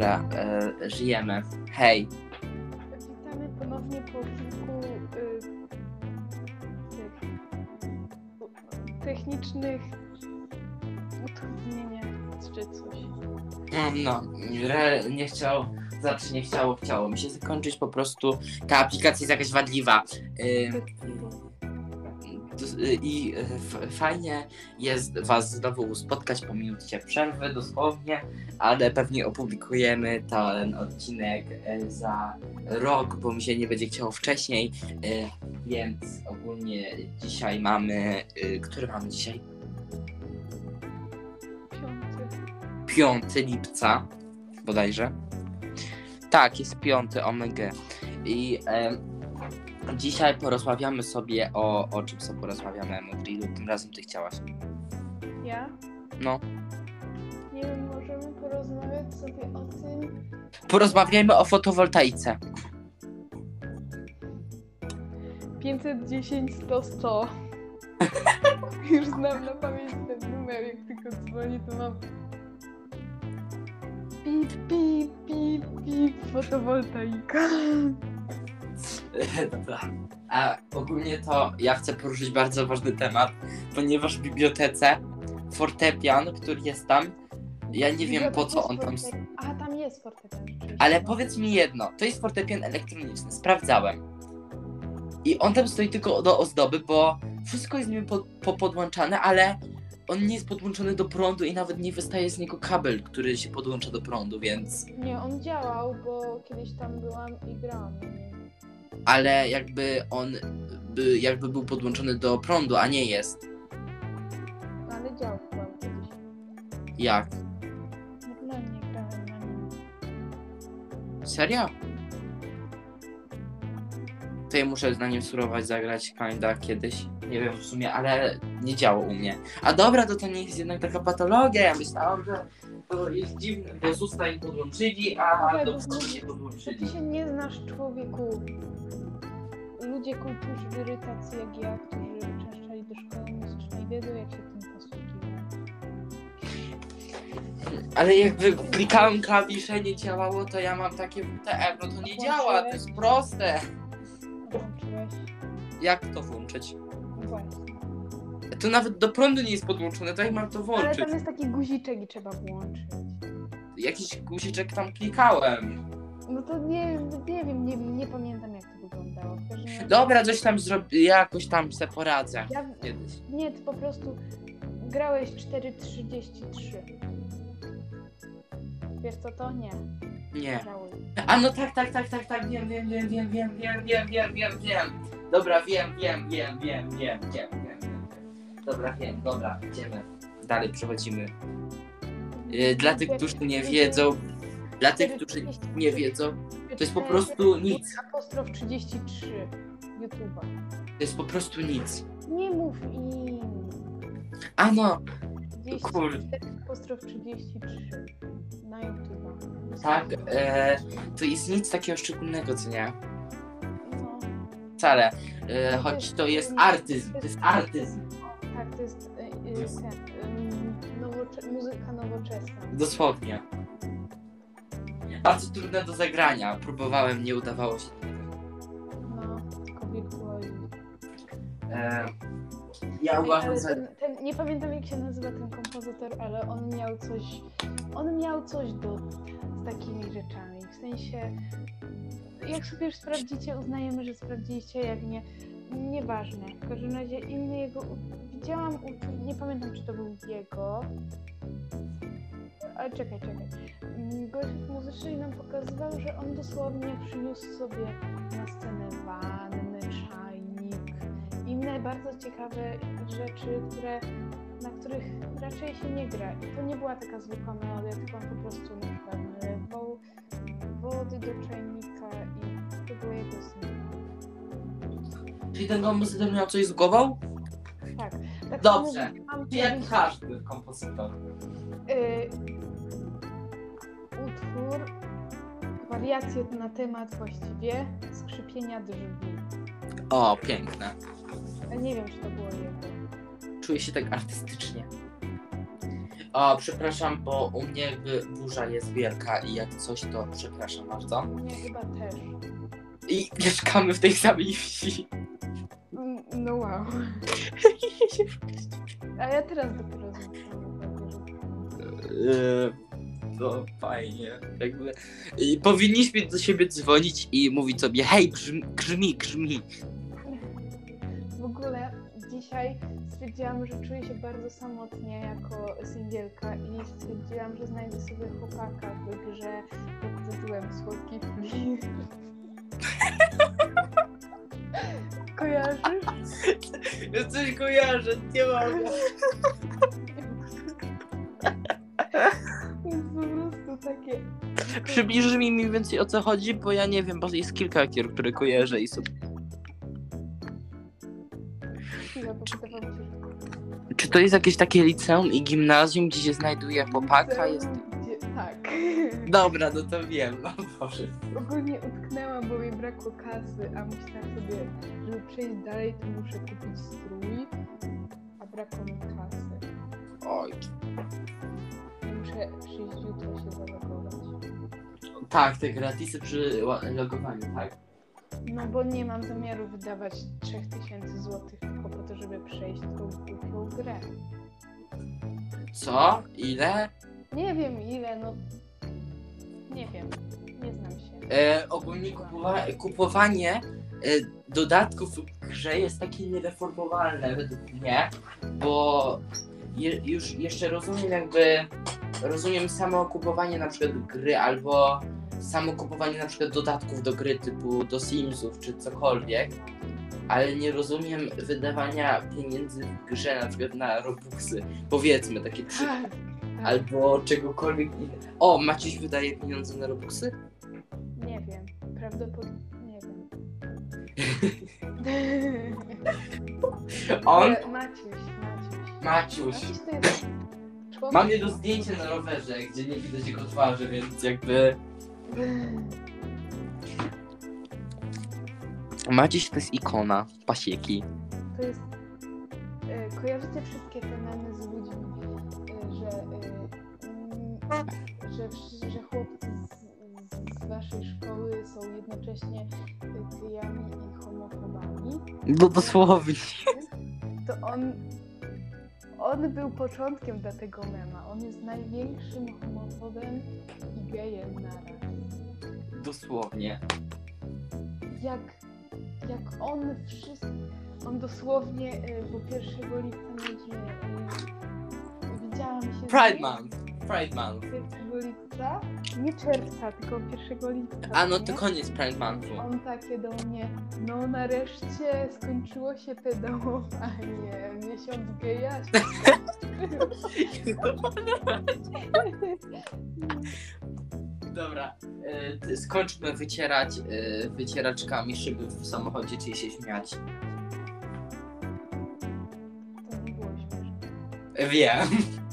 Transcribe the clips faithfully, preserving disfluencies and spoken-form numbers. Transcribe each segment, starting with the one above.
Dobra, e, żyjemy. Hej. Witamy ponownie po kilku y, tych u- technicznych utrudnieniach czy coś. No, re, nie chciał, znaczy nie chciało, chciało mi się zakończyć, po prostu ta aplikacja jest jakaś wadliwa. Y, y, I y, fajnie jest was znowu spotkać po minucie przerwy, dosłownie, ale pewnie opublikujemy ten odcinek y, za rok, bo mi się nie będzie chciało wcześniej, y, więc ogólnie dzisiaj mamy, y, który mamy dzisiaj? Piąty. piątego lipca bodajże. Tak, jest piąty omega. I e, dzisiaj porozmawiamy sobie o... O czym sobie porozmawiamy, Emogrilu? Tym razem ty chciałaś. Ja? No. Nie wiem, możemy porozmawiać sobie o tym. Porozmawiajmy o fotowoltaice. pięćset dziesięć sto sto. Już znam na pamięć ten numer, jak tylko dzwoni, to mam pip, pip, pip, pip, fotowoltaika. Dobra. A ogólnie to ja chcę poruszyć bardzo ważny temat, ponieważ w bibliotece fortepian, który jest tam, ja nie wiem po co on tam... A, tam jest fortepian. rzeczywiście. Ale powiedz mi jedno, to jest fortepian elektroniczny, sprawdzałem. I on tam stoi tylko do ozdoby, bo wszystko jest nim po, po podłączane, ale on nie jest podłączony do prądu i nawet nie wystaje z niego kabel, który się podłącza do prądu, więc... Nie, on działał, bo kiedyś tam byłam i grałam. Ale jakby on by, jakby był podłączony do prądu, a nie jest. No, ale działał chyba kiedyś. Jak? Normalnie grałem na nim. Serio? To ja muszę na nim spróbować zagrać kinda kiedyś. Nie wiem w sumie, ale nie działo u mnie. A dobra, to to nie jest jednak taka patologia. Ja myślałam, że to jest dziwne, bo z usta im podłączyli, a Ale do bo przodu ty- nie Że podłączyli. ty się nie znasz, człowieku. Ludzie kultury tacy jak ja, którzy uczęszczali do szkoły muzycznej, wiedzą, jak się tym posługiwać. Ale jakby klikałem klawisze, nie działało, to ja mam takie W T F, no to nie działa, to jest proste. Włączyłeś? Jak to włączyć? No właśnie. To nawet do prądu nie jest podłączone, to jak mam to Ale włączyć? tam jest taki guziczek i trzeba włączyć. Jakiś guziczek tam klikałem. No to nie, nie wiem, nie, nie pamiętam, jak to wyglądało. W każdym razie- Dobra, coś tam zrobię, jakoś tam se poradzę Ja, kiedyś. nie, ty po prostu grałeś cztery trzydzieści trzy. Wiesz co to? Nie. Nie. Żałuj. A no tak, tak, tak, tak, tak, wiem, wiem, wiem, wiem, wiem, wiem, wiem, wiem, wiem, wiem. Dobra, wiem, wiem, wiem, wiem, wiem, wiem, wiem, wiem. Dobra, wiem, dobra, idziemy. Dalej przechodzimy. Yy, Dla tych, którzy nie wiedzą, dla tych, którzy nie wiedzą, to jest po prostu nic. Apostrof trzydzieści trzy YouTube'a. To jest po prostu nic. Nie mów im. A no, trzydzieści kurde. cztery apostrof trzydzieści trzy na YouTube'a. Tak, e, to jest nic takiego szczególnego, co nie? No, Wcale. E, choć to jest artyzm, to jest artyzm. tak, to jest y, y, ten, y, nowocze- muzyka nowoczesna. Dosłownie. Bardzo trudne do zagrania. Próbowałem, nie udawało się. No, tylko wirtuozi. E, ja Ej, uważam, ale że... ten, ten, nie pamiętam, jak się nazywa ten kompozytor, ale on miał coś, on miał coś do, z takimi rzeczami. W sensie, jak sobie już sprawdzicie, uznajemy, że sprawdziliście, jak nie, nieważne. W każdym razie inny jego, widziałam, u- nie pamiętam, czy to był jego, ale czekaj, czekaj. Mm, Gość muzyczny nam pokazywał, że on dosłownie przyniósł sobie na scenę wanny, czajnik, inne bardzo ciekawe rzeczy, które, na których raczej się nie gra. I to nie była taka zwykła melodia, tylko on po prostu na przykład nalewał wody do czajnika i to było jego syn. Czyli ten kompozytor miał coś z głową? Tak. tak Dobrze. samo mam Czy jak kiedyś, każdy kompozytor? y, utwór, wariacje na temat właściwie skrzypienia drzwi. O, piękne. Ale nie wiem, czy to było jego. Czuję się tak artystycznie. O, przepraszam, bo u mnie jakby burza jest wielka i jak coś, to przepraszam bardzo. Mnie chyba też. I mieszkamy w tej samej wsi. Mm, No wow. A ja teraz dopiero zaczęłam. Yy, to fajnie. Jakby... I powinniśmy do siebie dzwonić i mówić sobie, hej, grzmi, grzmi, grzmi. W ogóle dzisiaj stwierdziłam, że czuję się bardzo samotnie jako singielka i stwierdziłam, że znajdę sobie chłopaka w grze pod tytułem Słodki Flirt. Kojarzysz? Ja coś kojarzę, nie mogę. To jest po prostu takie... Przybliży mi mniej więcej o co chodzi, bo ja nie wiem, bo jest kilka gier, które kojarzę i są... Chwila, bo wydawało mi się, że... Czy to jest jakieś takie liceum i gimnazjum, gdzie się znajduje chłopaka? Jest... Gdzie... Tak. Dobra, no to wiem, no Boże. Ogólnie utknęłam, bo mi brakło kasy, a myślałam sobie, żeby przejść dalej, to muszę kupić strój, a brakło mi kasy. Oj. Muszę przyjść jutro się zalogować. Tak, te gratisy przy logowaniu, tak. No bo nie mam zamiaru wydawać trzy tysiące złotych tylko po to, żeby przejść tą głupią grę. Co? Ile? Nie wiem ile, no... Nie wiem, nie znam się. E, ogólnie kupowa- kupowanie e, dodatków w grze jest takie niereformowalne według mnie, bo je, już jeszcze rozumiem jakby, rozumiem samo kupowanie na przykład gry albo samo kupowanie na przykład dodatków do gry typu do Simsów czy cokolwiek, ale nie rozumiem wydawania pieniędzy w grze na przykład na Robuxy, powiedzmy takie trzy, Tak, tak. albo czegokolwiek innego. O, Maciuś wydaje pieniądze na Robuxy? Nie wiem, prawdopodobnie nie wiem. On? Ale Maciuś, Maciuś. Maciuś. Maciuś to jest człowiek... Mam jego zdjęcie na rowerze, gdzie nie widać jego twarzy, więc jakby... Maciuś to jest ikona pasieki. To jest... E, kojarzycie wszystkie te memy z ludźmi, e, że... E, mm, że, wszy- że chłopcy z, z waszej szkoły są jednocześnie e, gejami i homofobami? No dosłownie. To on... On był początkiem dla tego mema. On jest największym homofobem i gejem naraz. Dosłownie. Jak, jak on wszystko... On dosłownie, y, bo pierwszego lipca mieliśmy... Y, widziałam się... z Pride nim Month. Pride Month. pierwszego lipca? Nie czerwca, tylko pierwszego lipca. A no nie? to koniec Pride Monthu. On takie do mnie, no nareszcie skończyło się pedałowanie, miesiąc geja się Dobra, y, skończmy wycierać y, wycieraczkami szyby w samochodzie, czy się śmiać. To nie było śmieszne. Wiem.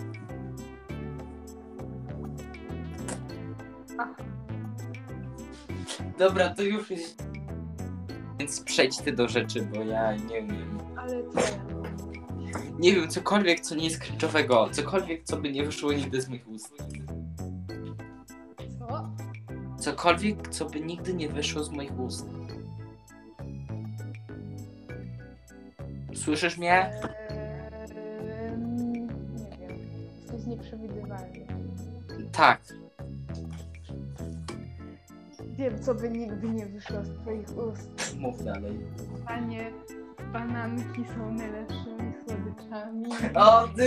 Aha. Dobra, to już jest... Więc przejdź ty do rzeczy, bo ja nie wiem. Ale co ja mam? Nie wiem, cokolwiek, co nie jest kluczowego. Cokolwiek, co by nie wyszło nigdy z moich ust. Co? Cokolwiek, co by nigdy nie wyszło z moich ust. Słyszysz mnie? Eee, nie wiem. Jesteś nieprzewidywalny. Tak. Wiem, co by nigdy nie wyszło z twoich ust. Mów dalej. Panie, bananki są najlepszymi słodyczami. O ty!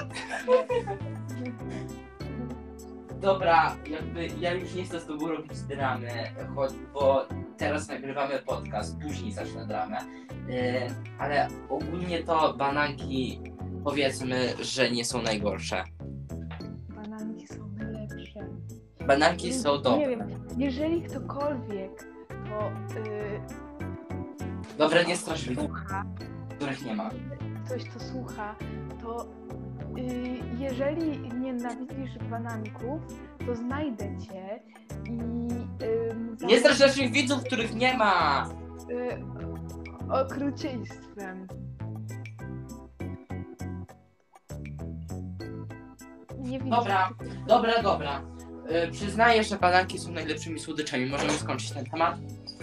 Dobra, jakby ja już nie chcę z tobą robić dramy, choć, bo teraz nagrywamy podcast, później zacznę dramę. Yy, ale ogólnie to bananki, powiedzmy, że nie są najgorsze. Bananki są najlepsze. Bananki są Nie dobre. wiem, jeżeli ktokolwiek to yy, Dobre, nie strasz widzów, słucha, których nie ma. ktoś to słucha, to yy, jeżeli nienawidzisz bananków, to znajdę cię i yy, Nie strasz naszych widzów, których nie ma! yy, okrucieństwem. Nie widzę. Dobra, dobra, dobra. Yy, przyznaję, że bananki są najlepszymi słodyczami. Możemy skończyć ten temat?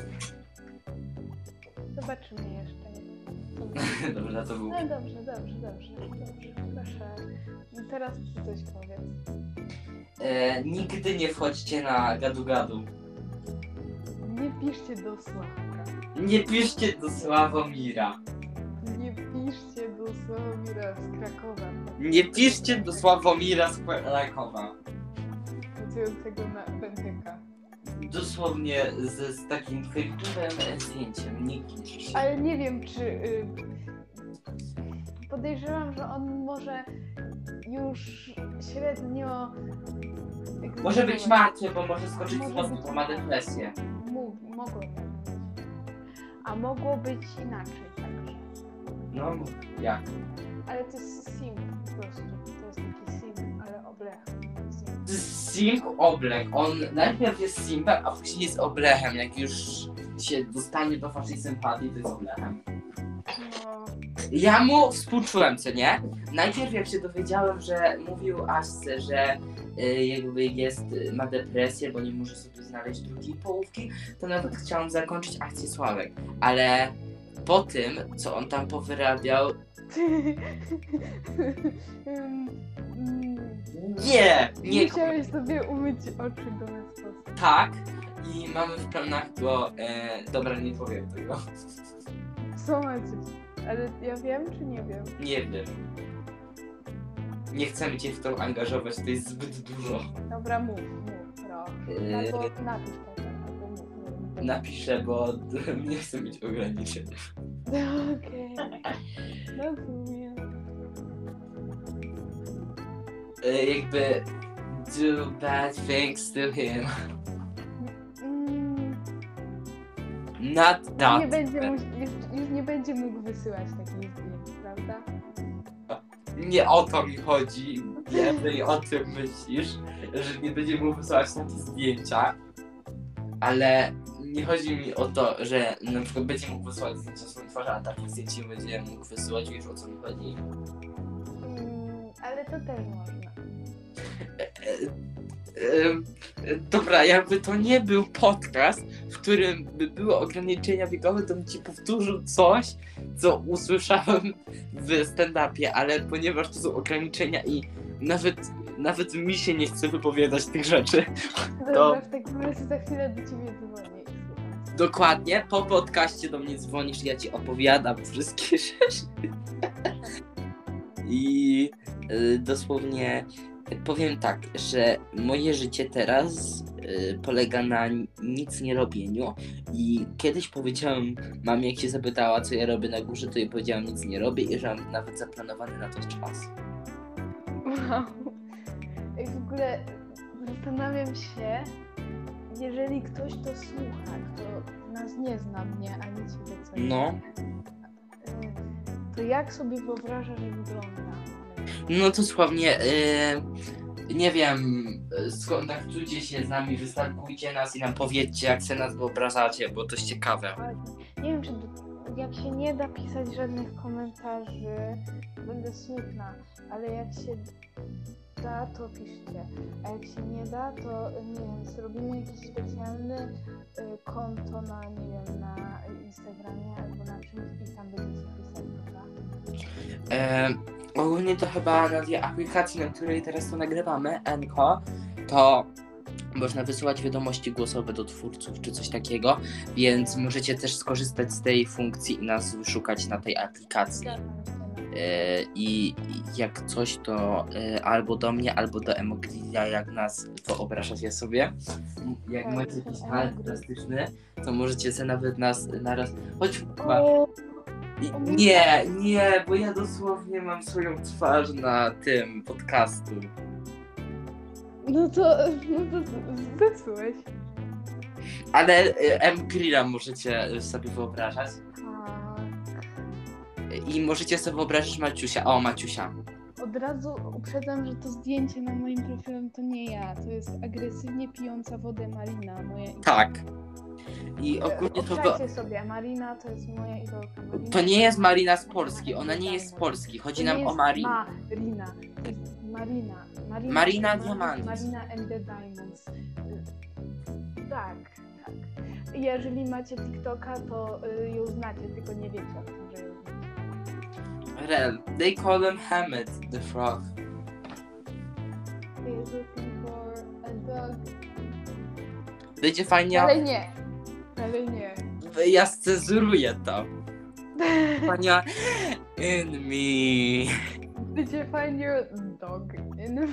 Zobaczymy jeszcze. Dobra, to był. No dobrze, dobrze, dobrze, dobrze, proszę. Teraz ty coś powiedz. E, nigdy nie wchodźcie na gadu-gadu. Nie piszcie do Sławka. Nie piszcie do Sławomira. Nie piszcie do Sławomira z Krakowa. Nie piszcie do Sławomira z Krakowa. Pracującego na Bentyka. Dosłownie z, z takim kreatywnym zdjęciem. Nikt nie pisze. Ale nie wiem, czy... Y... Podejrzewam, że on może już średnio... jak Może być nazwać? martwy, bo może skoczyć z Może mostu, być bo ma depresję. Mógł, mogło być. A mogło być inaczej także. No, jak? Ale to jest sim po prostu. To jest taki sim, ale oblech. Sim. To jest Simp Oblek. On najpierw jest simpem, a później jest oblechem. Jak już się dostanie do waszej sympatii, to jest oblechem. No, Ja mu współczułem, co nie? Najpierw jak się dowiedziałem, że mówił Aśce, że y, jakby jest, y, ma depresję, bo nie może sobie znaleźć drugiej połówki, to nawet chciałem zakończyć akcję Sławek. Ale po tym, co on tam powyrabiał, Mm, nie, nie, Musiałeś sobie umyć oczy do ten sposób. tak. I mamy w planach go, e, dobra, nie powiem tego. Co macie? Ale ja wiem, czy nie wiem? Nie wiem. Nie chcemy cię w to angażować, to jest zbyt dużo. Dobra, mów, mów, proszę. Yy. Albo napisz potem, albo mów. Nie wiem. Napiszę, bo nie chcę mieć ograniczeń. Okej. Rozumiem. E, jakby do bad things to him. Mm, Not that. nie będzie mu, już, już nie będzie mógł wysyłać takich zdjęć, prawda? Nie o to mi chodzi. Jeżeli o tym myślisz, że nie będzie mógł wysyłać takie zdjęcia, ale nie chodzi mi o to, że na przykład będzie mógł wysyłać zdjęcia swojej twarzy, a takich zdjęć nie będzie mógł wysyłać, wiesz o co mi chodzi. Mm, ale to też można. E, e, e, dobra, jakby to nie był podcast, w którym by były ograniczenia wiekowe, to bym ci powtórzył coś, co usłyszałem w stand-upie, ale ponieważ to są ograniczenia i nawet, nawet mi się nie chce wypowiadać tych rzeczy. Dobra, w takim razie za chwilę do ciebie dzwonię i słucham. Dokładnie, po podcaście do mnie dzwonisz, ja ci opowiadam wszystkie rzeczy. I y, dosłownie powiem tak, że moje życie teraz y, polega na nic nie robieniu i kiedyś powiedziałem mamie, jak się zapytała, co ja robię na górze, to jej powiedziałam, nic nie robię i że mam nawet zaplanowany na to czas. Wow. I w ogóle zastanawiam się, jeżeli ktoś to słucha, kto nas nie zna mnie, ani ciebie, co No. y, to jak sobie wyobraża, że wygląda? No to słownie, y, nie wiem, skontaktujcie się z nami, wystarkujcie nas i nam powiedzcie, jak sobie nas wyobrażacie, bo to jest ciekawe. Ale nie wiem, czy jak się nie da pisać żadnych komentarzy, będę smutna, ale jak się da, to piszcie. A jak się nie da, to nie wiem, zrobimy jakiś specjalny y, konto na, nie wiem, na Instagramie albo na czymś i tam będziecie pisać, prawda? E, ogólnie to chyba na tej aplikacji, na której teraz to nagrywamy, Enko, to można wysyłać wiadomości głosowe do twórców czy coś takiego, więc możecie też skorzystać z tej funkcji i nas wyszukać na tej aplikacji. E, I jak coś, to e, albo do mnie, albo do Emoglia, jak nas wyobrażacie sobie. Jak Tak, macie jestem jakiś talent Emogli. plastyczny, to możecie sobie nawet nas naraz... Chodź, chyba. O, I- Nie, nie, bo ja dosłownie mam swoją twarz na tym podcastu. no to, no to zepsułeś. Ale y, M-Grilla możecie y, sobie wyobrażać. Tak. I możecie sobie wyobrazić Maciusia. O, Maciusia. Od razu uprzedzam, że to zdjęcie na moim profilu to nie ja. To jest agresywnie pijąca wodę Marina, moja idolka. Tak. I ogólnie to... Obczajcie sobie, Marina to jest moja idolka. Marina To nie jest Marina z Polski, ona nie jest z Polski. To Chodzi nie nam jest o Mari. Marina, to jest Marina. Marina, Marina Diamandis. Diamandis. Marina and the Diamonds. Y, Tak, tak. Jeżeli macie TikToka, to y, ją znacie, tylko nie wiecie o tym, że ją znacie. Rel. They call him Hamid the Frog. He is looking for a dog. Wiecie fajnie? Ale nie. Ale nie. Ja scenzuruję to. Fajnie. In me. Did you find your dog in me?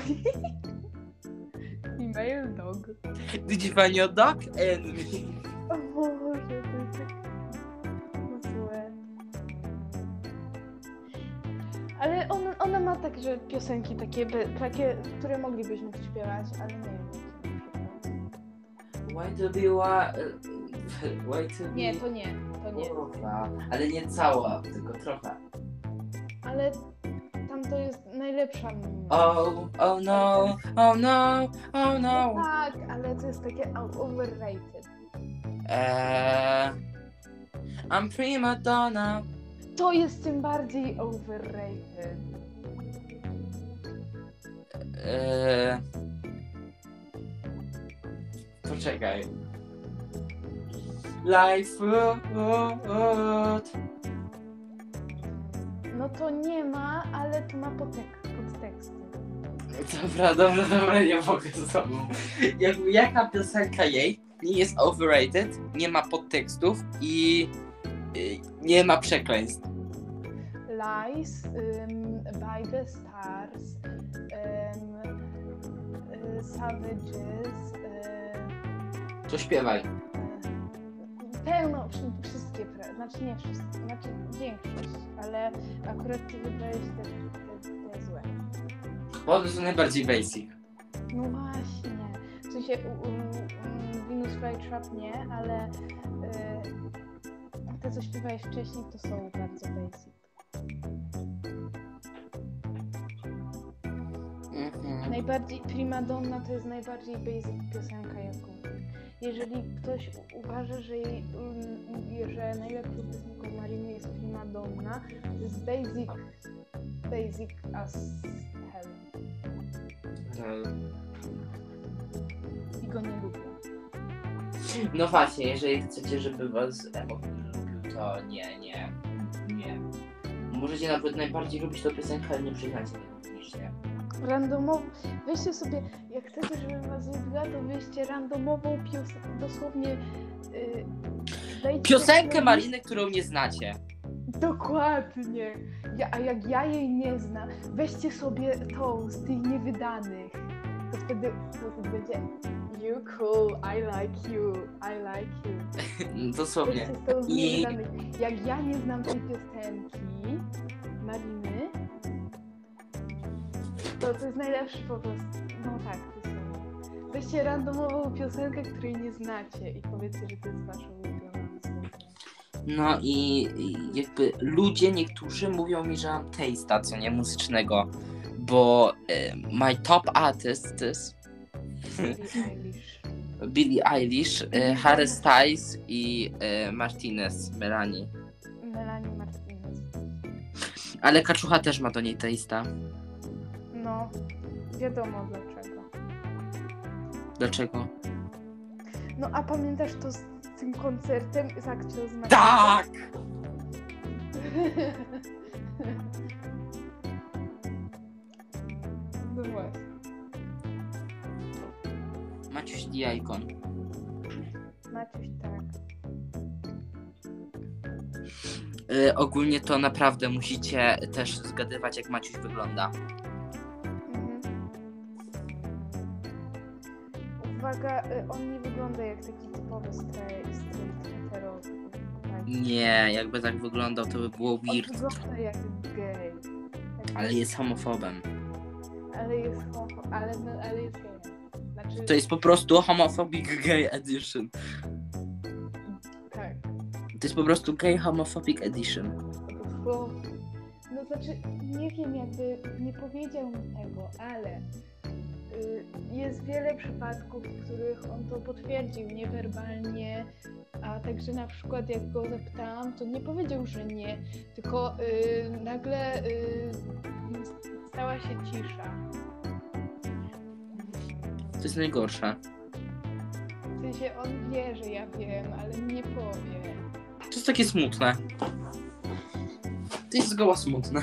Female dog. Did you find your dog in me? O Boże, to jest tak złe. Ale on, ona ma także piosenki takie, be- takie, które moglibyśmy śpiewać, ale nie wiem. Why to be wa... Why to be... Nie, to nie, to nie. Kurwa. Ale nie cała, tylko trochę. Ale tam to jest najlepsza. Oh, oh no, oh no, oh no. No tak, ale to jest takie o- overrated. Eee, I'm prima donna. To jest tym bardziej overrated. Eee, poczekaj. Life food. No to nie ma, ale to ma podtek- podteksty. Dobra, dobra, dobra, nie mogę z tobą. Jak, jaka piosenka jej nie jest overrated, nie ma podtekstów i y, nie ma przekleństw. Lies, um, By the Stars, um, y, Savages, y, To śpiewaj. y, pełno, wszy- wszystkie, pra- znaczy nie wszystkie, znaczy większość, ale akurat ty wybrałeś te, te, te złe. Bo to są najbardziej basic. No właśnie, w sensie u, u, u, Venus Flytrap nie, ale y, te co śpiewałeś wcześniej to są bardzo basic. Mhm. Najbardziej Prima Donna to jest najbardziej basic piosenka jaką. Jeżeli ktoś u- uważa, że, jej, um, że najlepszą piosenką Mariny jest Prima Donna, to jest basic, basic as hell. I go nie lubię. No właśnie, jeżeli chcecie, żeby was Emo lubił, to nie, nie, nie. Możecie nawet najbardziej lubić tę piosenkę, ale nie przyznacie tego publicznie. Randomowo, weźcie sobie, jak chcecie, żeby was lubiła, to weźcie randomową piosenkę, dosłownie yy, wejdźcie Piosenkę na- Mariny, którą nie znacie. Dokładnie. Ja, a jak ja jej nie znam, weźcie sobie tą z tych niewydanych. To wtedy, to wtedy będzie You cool, I like you, I like you. Dosłownie. Weźcie tą z I- niewydanych. Jak ja nie znam tej piosenki Mariny, to to jest najlepszy po prostu. No tak, to jest najlepsze. Weźcie randomową piosenkę, której nie znacie i powiedzcie, że to jest wasza ulubiona piosenka. No i i jakby ludzie niektórzy mówią mi, że mam taste'a, co nie muzycznego, bo e, my top artists Billie Eilish. Billie Eilish, e, Harry Styles i e, Martinez, Melanie. Melanie Martinez. Ale Kaczucha też ma do niej taste'a. No, wiadomo dlaczego. Dlaczego? No a pamiętasz to z tym koncertem z akcją z Martinez? Tak! No właśnie. Maciuś Diajkon. Maciuś, tak. E, ogólnie to naprawdę musicie też zgadywać, jak Maciuś wygląda. Mhm. Uwaga, y, on nie wygląda jak taki typowy straight, straight heterowy. Tak. Nie, jakby tak wyglądał, to by było On weird. wygląda jak gej. Jak Ale jest homofobem. Ale jest homo, ale, no, ale jest gejem. Znaczy, To jest po prostu homophobic gay edition. tak. To jest po prostu gay homophobic edition. Bo, no znaczy, nie wiem, jakby nie powiedział mi tego, ale y, jest wiele przypadków, w których on to potwierdził niewerbalnie, a także na przykład jak go zapytałam, to nie powiedział, że nie, tylko y, nagle y, stała się cisza. jest najgorsze. W sensie on wie, że ja wiem, ale nie powie. To jest takie smutne. To jest zgoła smutne.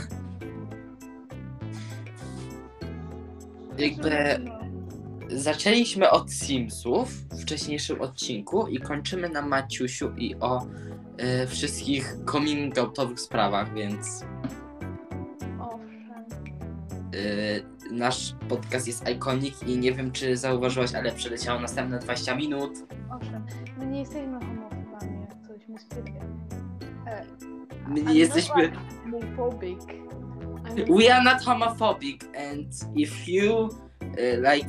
Jakby No. zaczęliśmy od Simsów w wcześniejszym odcinku i kończymy na Maciusiu i o y, wszystkich coming outowych sprawach, więc Owszem. y, nasz podcast jest iconic i nie wiem, czy zauważyłaś, ale przeleciało następne dwadzieścia minut. Owszem. My nie jesteśmy homofobami, jak coś. My spier... E, My nie I'm jesteśmy... not homophobic. I'm We are not homophobic and if you y, like...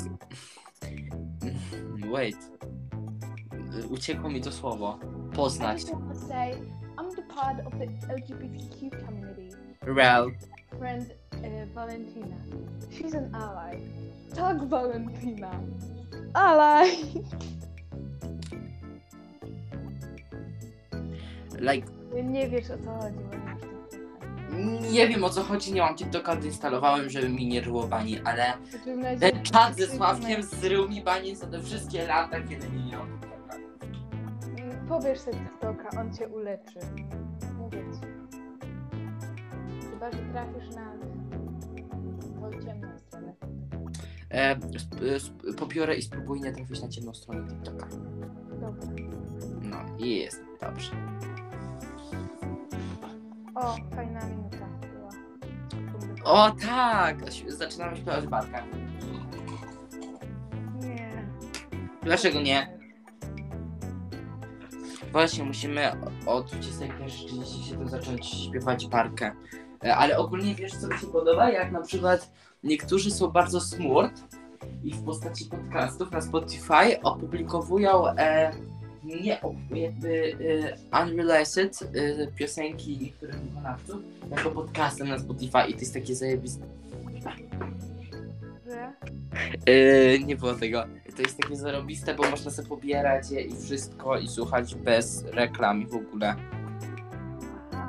Wait. Y, Uciekło mi to słowo. I Poznać. just want to say, I'm the part of the L G B T Q community. Rel. Friend uh, Valentina. She's an ally. Tak, Valentina. Ally. Like, Nie wiesz, o co chodzi, bo nie masz TikToka. nie wiem, o co chodzi, nie mam TikToka, odinstalowałem, żeby mi nie ryło bani, ale W każdym razie- ten czat ze Sławkiem zrył mi bani za te wszystkie lata, kiedy mi nie mam TikToka. Mm, Pobierz sobie TikToka, on cię uleczy. Mówię ci. Chyba, że trafisz na tą ciemną stronę. E, sp, sp, pobiorę i spróbuję nie trafić na ciemną stronę TikToka. Dobra. No i jest dobrze. O, fajna minuta była. O tak! Zaczynamy śpiewać barkę. Nie. Dlaczego nie? Właśnie, musimy o dwudziestej pierwszej trzydzieści siedem zacząć śpiewać barkę. E, Ale ogólnie wiesz, co mi się podoba? Jak na przykład niektórzy są bardzo smurt i w postaci podcastów na Spotify opublikowują e, nie op- jakby e, unreleased e, piosenki niektórych wykonawców jako podcastem na Spotify i to jest takie zajebiste. Że? E, nie było tego. To jest takie zarobiste, bo można sobie pobierać je i wszystko i słuchać bez reklam i w ogóle. Aha.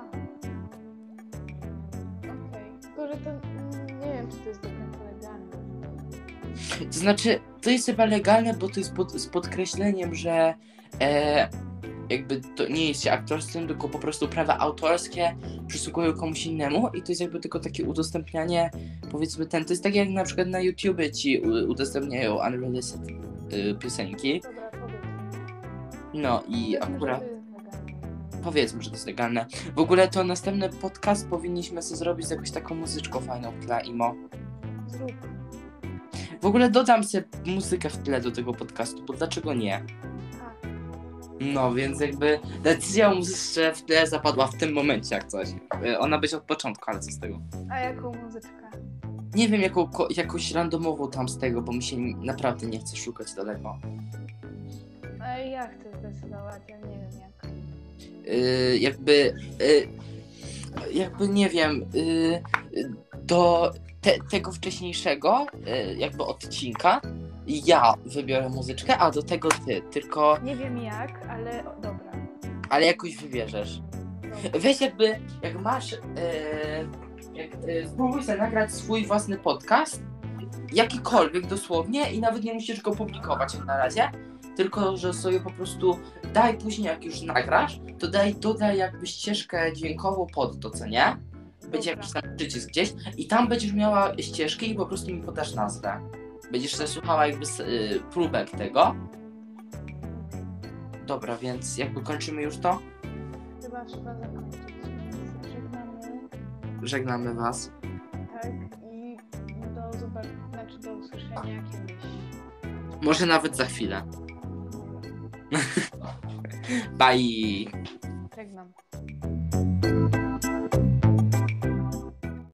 Okej. Tylko, że to mm, nie wiem, czy to jest do końca legalne. To znaczy, to jest chyba legalne, bo to jest pod, z podkreśleniem, że e, jakby to nie jest się aktorstwem, tylko po prostu prawa autorskie przysługują komuś innemu i to jest jakby tylko takie udostępnianie, powiedzmy ten, to jest tak jak na przykład na YouTubie ci u, udostępniają unreleased y, piosenki, Dobra, powiedz. no i Powiedzmy, akurat że to jest legalne. powiedzmy, że to jest legalne. W ogóle to następny podcast powinniśmy sobie zrobić z jakąś taką muzyczką fajną w tle, imo. Zrób. W ogóle dodam sobie muzykę w tle do tego podcastu, bo dlaczego nie? A, No, więc jakby decyzja o muzyce w tle zapadła w tym momencie jak coś. Y, Ona być od początku, ale co z tego? a jaką muzyczkę? Nie wiem, jaką, ko- jakąś randomową tam z tego, bo mi się naprawdę nie chce szukać daleko. A ja chcę zdecydować, ja nie wiem jak. Y, jakby, y, jakby nie wiem, y, y, do te, tego wcześniejszego y, jakby odcinka ja wybiorę muzyczkę, a do tego ty, tylko, Nie wiem jak, ale o, dobra. ale jakoś wybierzesz. dobra. Weź jakby, jak masz, e, jak, e, spróbuj sobie nagrać swój własny podcast, jakikolwiek dosłownie i nawet nie musisz go publikować jak na razie, tylko że sobie po prostu daj później jak już nagrasz, to daj, dodaj jakby ścieżkę dźwiękową pod to, co nie? Będzie Dobra. jakiś tam przycisk gdzieś i tam będziesz miała ścieżkę i po prostu mi podasz nazwę. Będziesz sobie słuchała jakby s- y, próbek tego. Dobra, więc jakby kończymy już to. Chyba trzeba zakończyć. Więc żegnamy. Żegnamy was. Tak i do zobaczenia, znaczy do usłyszenia kiedyś. Może nawet za chwilę. Bye!